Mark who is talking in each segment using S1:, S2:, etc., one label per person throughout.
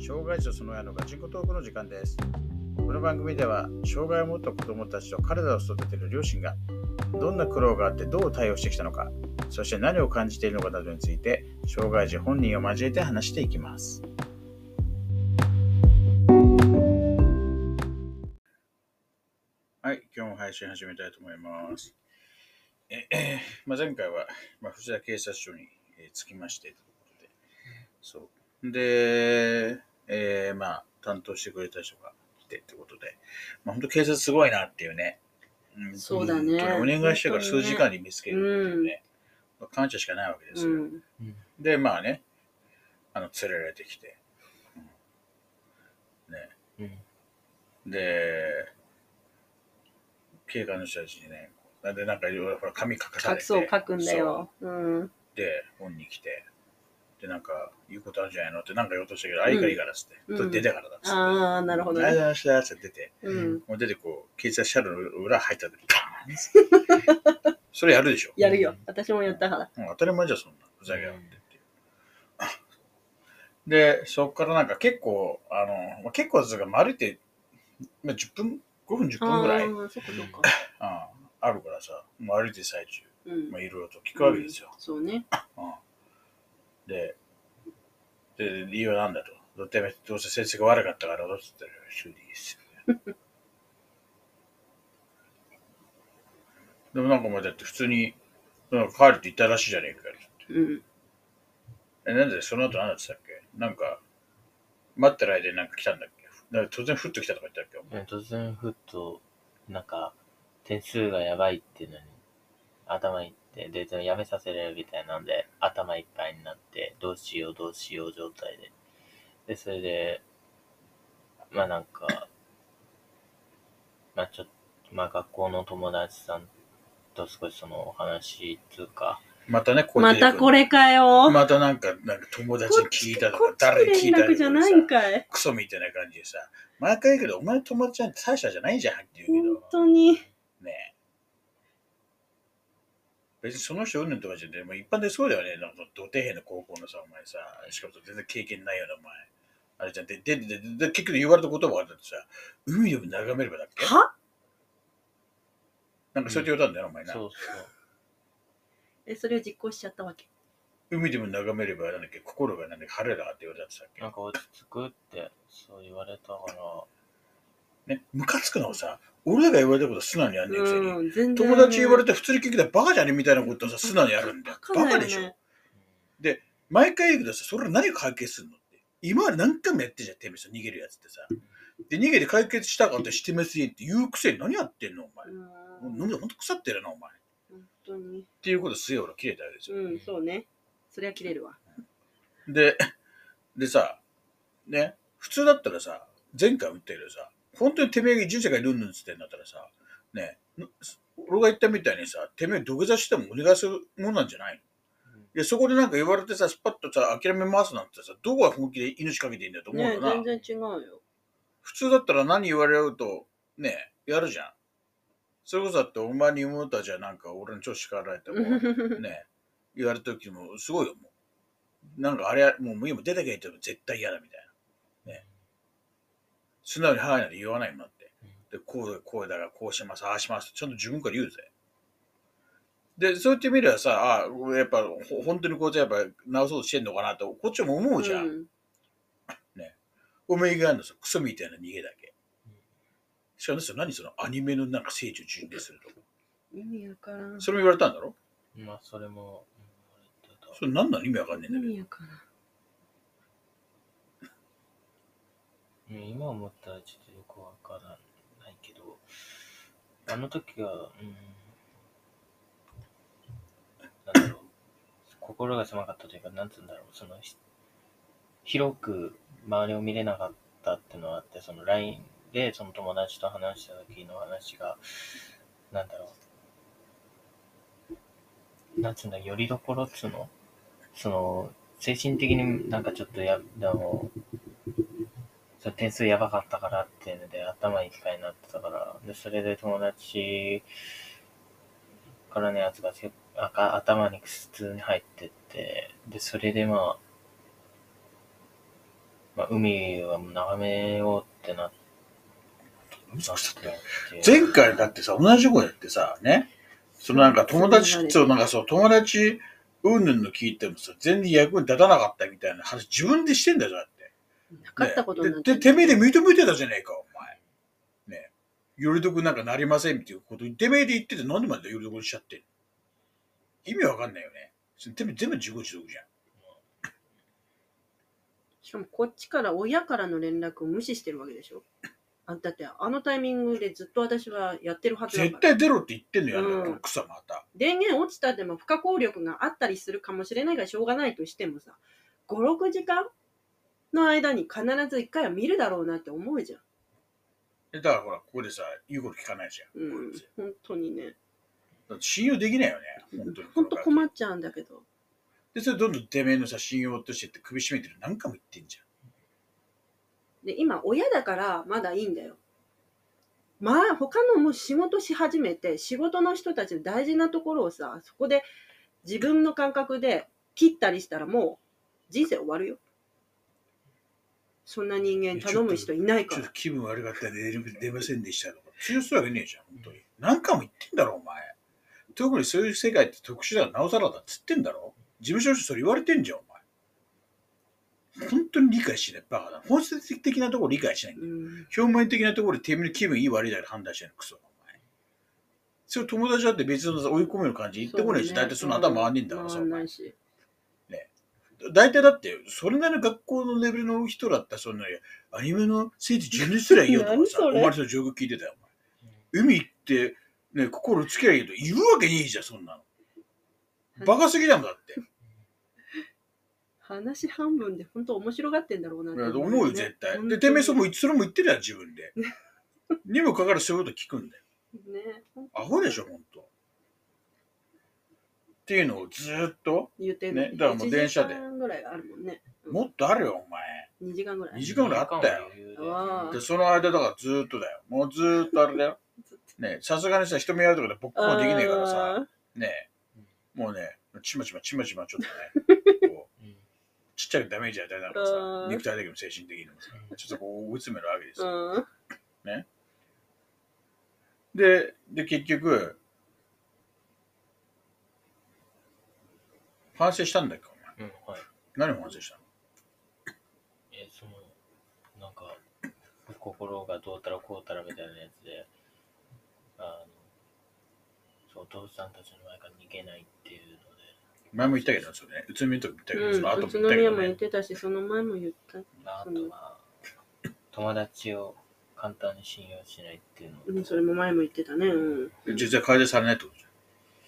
S1: 障害児とその親のガチンコトークの時間です。この番組では障害を持った子どもたちと彼らを育てる両親がどんな苦労があってどう対応してきたのか、そして何を感じているのかなどについて障害児本人を交えて話していきます。はい、今日も配信始めたいと思います。前回は、藤田警察署に着きましてということで、そうで、担当してくれた人が来てってことで、本当警察すごいなっていうね。
S2: そうだね。
S1: お願いしてから数時間に見つけるっていうね、感謝しかないわけですよ。で、連れられてきて、で、警官の人たちにね、でなんかいろいろ紙書かされて、
S2: そう書くんだよ。
S1: で、本に来て、で、なんか言うことあるんじゃないのってなんか言おうとしたけど、あ、いいからいいからっつって、出てからだっつって。
S2: ああ、なるほどね。
S1: ありがとうございましたって出て、もう出てこう、警察車両の裏入った時、カーンそれやるでしょ。
S2: やるよ。私もやったから。
S1: 当たり前じゃそんな。ふざけやがってっていう。で、そこからなんか結構、結構ですが、歩いて、10分、5分、10分ぐらい、あるからさ、歩いてる最中、いろいろと聞くわけですよ。
S2: そうね。
S1: で、理由は何だと。どうせ成績が悪かったからどうつってる修理ですよね。でもなんかだって普通に、帰るって言ったらしいじゃねえかよって。なんでその後何だって言ったっけ？なんか、待ってる間になんか来たんだっけ？なんか突然フッと来たとか言ったっけ？
S3: 突然フッと、なんか、点数がやばいっていうのに、頭いって、で、やめさせれるみたいなんで、頭いっぱいになって、どうしよう状態で。で、それで、なんか、学校の友達さんと少しそのお話つうか、
S1: またね、
S2: またこれかよ。
S1: またなんか友達に聞いたとか、誰に聞いたとか
S2: じゃないんかい。
S1: クソみたいな感じでさ、毎回言うけど、お前の友達なんて大したじゃないじゃんって言うけど。
S2: 本当に。
S1: ね。別にその人うんぬんとかじゃねえ、一般でそうだよね。なんか、土底辺の高校のさ、お前さ、しかも全然経験ないようなお前。あれじゃん。で、結局言われた言葉があったってさ、海を眺めればだっけ？
S2: は？
S1: なんかそうやって言われたんだよ、お前な。
S3: そう。
S2: それを実行しちゃったわけ。
S1: 海でも眺めればなんだっけ、心がなんだっけ、晴れだって言われたってさっけ。
S3: なんか落ち着くって、そう言われたから。
S1: ね、ムカつくのはさ、俺らが言われたこと素直にやんねえくせに、友達言われて普通に聞いたらバカじゃねみたいなことをさ、素直にやるんだよ。バカでしょ。で、毎回言うけどさ、それ何解決するのって。今まで何回もやってんじゃん、てめえさ、逃げるやつってさ。で、逃げて解決したかったらしてますよって言うくせに何やってんの、お前。飲んでほんと腐ってるな、お前。
S2: 本当に。
S1: っていうことすげえ俺切れたわけですよ。
S2: そうね。そりゃ切れるわ。
S1: でさ、ね、普通だったらさ、前回言ったけどさ、本当にてめえが人生がルンルンつってんだったらさ、ね、俺が言ったみたいにさ、てめえ土下座してもお願いするもんなんじゃないの？いや、そこでなんか言われてさ、スパッとさ、諦めますなんてさ、どこが本気で命かけていいんだと思うよな。
S2: 全然違うよ。
S1: 普通だったら何言われると、ね、やるじゃん。それこそだってお前に妹たちはなんか俺の調子叱られても、ね、言われた時もすごいよ、もう。なんかあれ、もう今出てけって言うと絶対嫌だみたいな。ね。素直にはいなんて言わないようになって。で、こうだからこうします、ああしますちゃんと自分から言うぜ。で、そう言ってみればさ、やっぱ本当にこいつやっぱ直そうとしてんのかなと、こっちも思うじゃん。ね。お前があるのさ、クソみたいな逃げだけ。しかも何そのアニメのなんか聖地を巡礼すると。
S2: 意味わからん。
S1: それも言われたんだろ？
S3: それも
S1: それ何なの？意味わかんねえんだけど。
S2: 意味わからん。
S3: 今思ったらちょっとよくわからないけど、あの時は、なんだろう、心が狭かったというか、なんつうんだろう、その、広く周りを見れなかったっていうのはあって、その LINE でその友達と話した時の話が、なんだろう、なんつうんだ、よりどころっつうの？その、精神的になんかちょっと点数やばかったからっていうので頭いっぱいになってたから、で、それで友達からのやつが頭に普通に入ってって、で、それでまあ、海は眺めようってなって
S1: 前回だってさ、同じことやってさ、ね、そのなんか友達、そう、なんかそう、友達、うんぬんの聞いてもさ、全然役に立たなかったみたいな話、自分でしてんだよ、だって。
S2: なかったことになって
S1: で、てめえで認めてたじゃねえか、お前。ね。よりどくなんかなりませんっていうこと、てめえで言ってて、なんでまでよりどくにしちゃってんの？意味わかんないよね。てめえ全部自業自得じゃん。
S2: しかもこっちから親からの連絡を無視してるわけでしょ。だってあのタイミングでずっと私はやってるはずだから。
S1: 絶対出ろって言ってんのよ、あの草また。
S2: 電源落ちたでも不可抗力があったりするかもしれないからしょうがないとしてもさ、5、6時間の間に必ず1回は見るだろうなって思うじゃん。
S1: だからほら、ここでさ、言うこと聞かないじゃん。
S2: 本当にね。
S1: だって信用できないよね、本当に。
S2: 本当困っちゃうんだけど。
S1: で、それどんどんてめえのさ、信用としてって首絞めてる何回も言ってんじゃん。
S2: で、今、親だからまだいいんだよ。まあ、他のもう仕事し始めて、仕事の人たちの大事なところをさ、そこで自分の感覚で切ったりしたらもう人生終わるよ。そんな人間頼む人いないから。
S1: ちょっと気分悪かったら出ませんでしたとか。強そうわけねえじゃん、本当に。何回も言ってんだろ、お前。特にそういう世界って特殊だからなおさらだっつってんだろ。事務所の人それ言われてんじゃん、お前。本当に理解しない、バカだ。本質的なところ理解しないんだよ。表面的なところでてめえの気分いい悪いだけ判断してるの、クソ。お前。それ友達だって別の追い込める感じ言ってこないし、大体その頭回んねえんだからさ、お前。ね。大体だって、それなりの学校のレベルの人だったら、そんな、アニメの聖地10年すらいいよとかさ、お前その上空聞いてたよ、お前。海行って、ね、心つけりゃいいと言うわけねえじゃん、そんなの。バカすぎだもんだって。
S2: 話半分で本当面白がってんだろうなって
S1: 思うよ、絶対。で、てめえそれも言ってるやん、自分で。にもかかわらずそういうこと聞くんだよ。
S2: ね。
S1: アホでしょ、ほんと。っていうのをずっと
S2: 言ってんの。
S1: ね。だからもう電車で。
S2: 1時間ぐらいあるもんね。
S1: もっとあるよ、お前。
S2: 2時間ぐらい。
S1: 2時間ぐらいあったよ。で、その間だからずっとだよ。もうずっとあれだよ。ね、さすがにさ、人目やるとかでポップコーンできねえからさ、ね、もうね、ちまちまちょっとね、こうちっちゃいダメージ与えながらさ、肉体的にも精神的にもさ、ちょっとこう追い詰めるわけですよ。ね。で、結局、反省したんだっけ、お前。
S3: はい。
S1: 何を反省したの？
S3: なんか、心がどうたらこうたらみたいなやつで、お父さんたちの前から逃げないっていうので。
S1: 前も言ったけど、それね。宇都宮とか言ったけど、その後も言ったけど、ね。
S2: 宇都宮も言ってたし、その前も言った。
S3: あとは、友達を簡単に信用しないっていうの。
S2: それも前も言ってたね。
S1: 実は改善されないってことじゃん。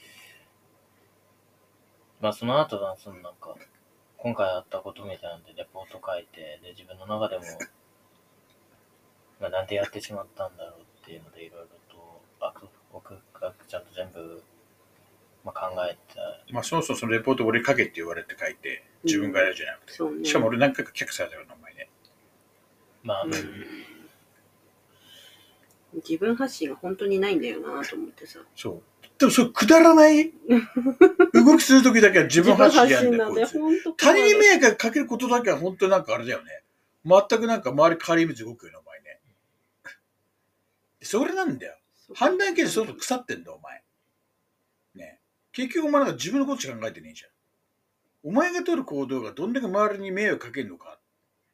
S3: まあ、その後は、なんか、今回あったことみたいなんでレポート書いて、で、自分の中でも、まあ、なんでやってしまったんだろうっていうので、いろいろと、僕がちゃんと全部、まあ、考えた。
S1: まあ、そのレポート俺書けって言われて書いて、自分がやるじゃなくて。しかも俺何回か却下されたよ、お前ね。
S3: まあ、
S2: 自分発信が本当にないんだよなと思ってさ。
S1: そう。でもそれくだらない動きするときだけは自分発信やんだよ、こいつ。他人に迷惑かけることだけは本当になんかあれだよね。全くなんか周り帰り道動くよね、お前ね。それなんだよ。判断基準相当腐ってんだ、お前。ね。結局お前なんか自分のことしか考えてねえじゃん。お前が取る行動がどんだけ周りに迷惑かけるのか。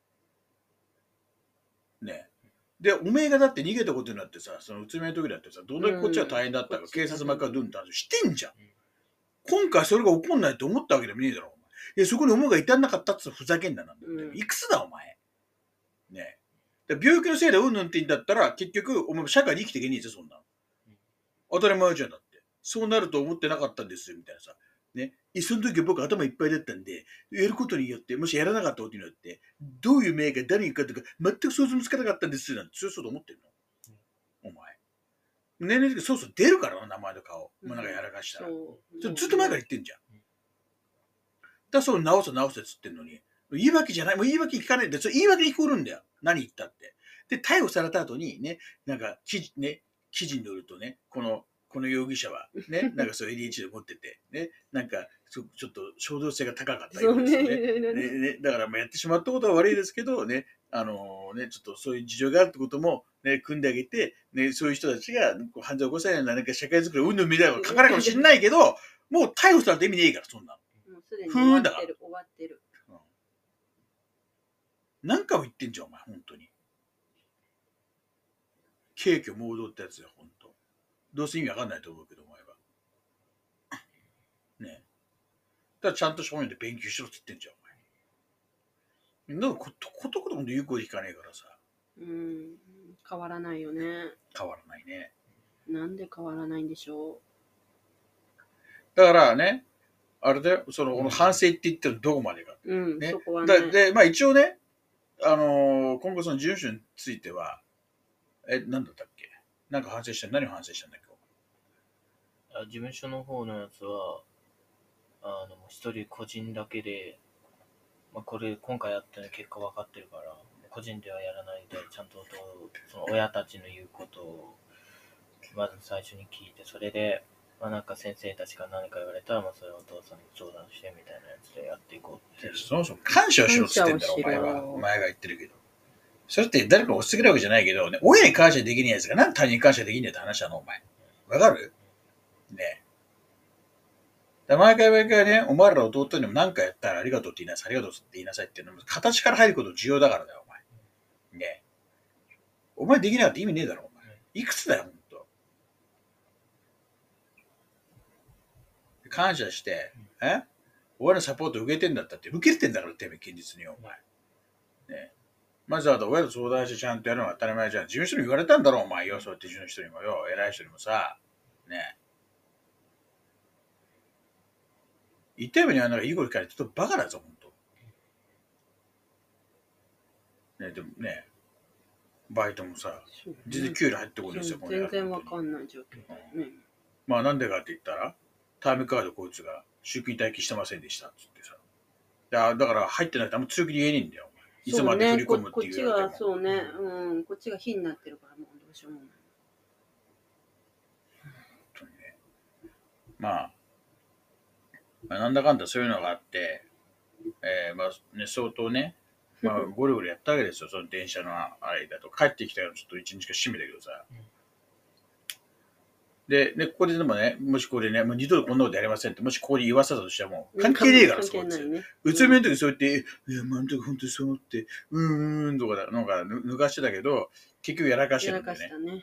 S1: ね。で、おめえがだって逃げたことになってさ、そのうつめの時だってさ、どんだけこっちは大変だったか、警察幕がどんどんしてんじゃん。今回それが起こんないと思ったわけでもねえだろ、お前。いや、そこに思いが至んなかったってふざけんななんだよ。いくつだ、お前。ね。病気のせいでうんぬんって言うんだったら、結局、お前社会に生きていけねえぞ、そんなの。当たり前じゃんだって。そうなると思ってなかったんですよ、みたいなさ。ね。その時僕頭いっぱいだったんで、やることによって、もしやらなかったことによって、どういう名が誰にかとか、全く想像つかなかったんですよ、なんて強そうと思ってるの。お前。年齢的にそうそう出るからな、名前の顔。もうなんかやらかしたら。ずっと前から言ってんじゃん。だからそう直せっつってんのに、言い訳じゃない、もう言い訳聞かないんで、それ言い訳に聞こえるんだよ。何言ったって。で、逮捕された後にね、なんか記事によるとね、このこの容疑者は、ね、なんかそう ADHD 持ってて、ね、なんかちょっと衝動性が高かったようですよね。ね、だからまあやってしまったことは悪いですけど、ね、ね、ちょっとそういう事情があるってことも、ね、組んであげて、ね、そういう人たちがこう犯罪を起こさないような、なんか社会づくりをうんぬんみたいなこと書かないかもしれないけど、もう逮捕されて意味ねえから、そんなの。
S2: もうすでに終わってる、終わってる。
S1: 何回も言ってんじゃん、お前、本当に。軽挙盲導ってやつよ、本当。どうせ意味わかんないと思うけど、お前は。ね。だからちゃんと正面で勉強しろって言ってんじゃん、お前。なんかことこと言うこと聞かねえからさ。
S2: 変わらないよね。
S1: 変わらないね。
S2: なんで変わらないんでしょ
S1: だからね、あれだよ、この反省って言ってるどこまでか。
S2: う。
S1: ね、
S2: そこはね。
S1: で、まあ一応ね、今後その事務所については、なんだったっけ、なんか反省した、何を反省したんだっけ。
S3: 事務所の方のやつは、一人個人だけで、まあ、これ今回やったの結果分かってるから、個人ではやらないで、ちゃんとその親たちの言うことをまず最初に聞いて、それで、まあ、なんか先生たちが何か言われたら、まあ、それをお父さんに相談してみたいなやつでやっていこうって。
S1: そもそも感謝をしろって言ってんだろ、お前は。お前が言ってるけど。それって誰か押し付けるわけじゃないけど、ね、親に感謝できないやつがなんで他人に感謝できないって話なの、お前。わかるね。毎回ね、お前ら弟にも何かやったらありがとうって言いなさい、ありがとうって言いなさいっていうのも、形から入ること重要だからだよ、お前。ね。お前できなかった意味ねえだろ、お前。いくつだよ、ほんと。感謝して、俺のサポート受けてんだったって、受けてんだから、てめえ、現実に、お前。ね。まずは親と相談してちゃんとやるのが当たり前じゃん。事務所に言われたんだろ、お前よ、そうやって事務の人にもよ、偉い人にもさ。ね。言ったようにあんならいいこと聞かれてちょっとバカだぞ、ほんと。ね、でもね、バイトもさ、全然給料入ってこないですよ、
S2: 全然わかんない状況だよね。
S1: まあなんでかって言ったら、タイムカードこいつが集金待機してませんでしたっつってさ。だから入ってないとあんま強気に言えねえんだよ。いつまで振り込むっていう。
S2: こっちがそうね、こっちが火になってるからもうどうしようもない。
S1: 本当にね。まあなんだかんだそういうのがあって、まあね、相当ね、まあゴリゴリやったわけですよ、その電車の間と。帰ってきたらちょっと一日か閉めたけどさ。で、ここででもね、もしこれね、もう二度とこんなことやりませんって、もしここに言わせたとしても、関係ねえから、そいつ。うつめの時そう言って、いや、まあ、本当にそう思って、とかだ、なんか抜かしてたけど、結局やらかしてるんだよね。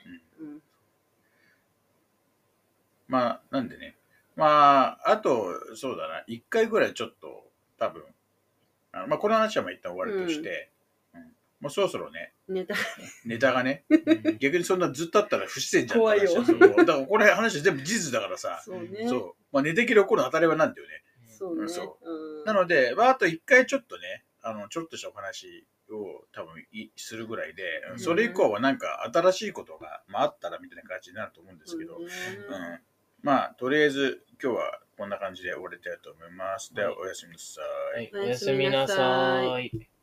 S1: まあ、なんでね。まあ、あと、そうだな、一回ぐらいちょっと、多分、まあ、この話はまあ一旦終わりとして、もうそろそろね、ネタがね、逆にそんなずっとあったら不自然じゃん。
S2: 怖いよ。
S1: だからこれ話全部事実だからさ、
S2: そうね。
S1: そう。まあ寝てきり起こるの当たり前なんだよね。
S2: そうね。
S1: なので、まああと一回ちょっとね、ちょっとしたお話を多分するぐらいで、それ以降はなんか新しいことが、まあ、あったらみたいな感じになると思うんですけど、まあとりあえず今日はこんな感じで終わりたいと思います。ではおやすみなさい。
S3: おやすみなさい。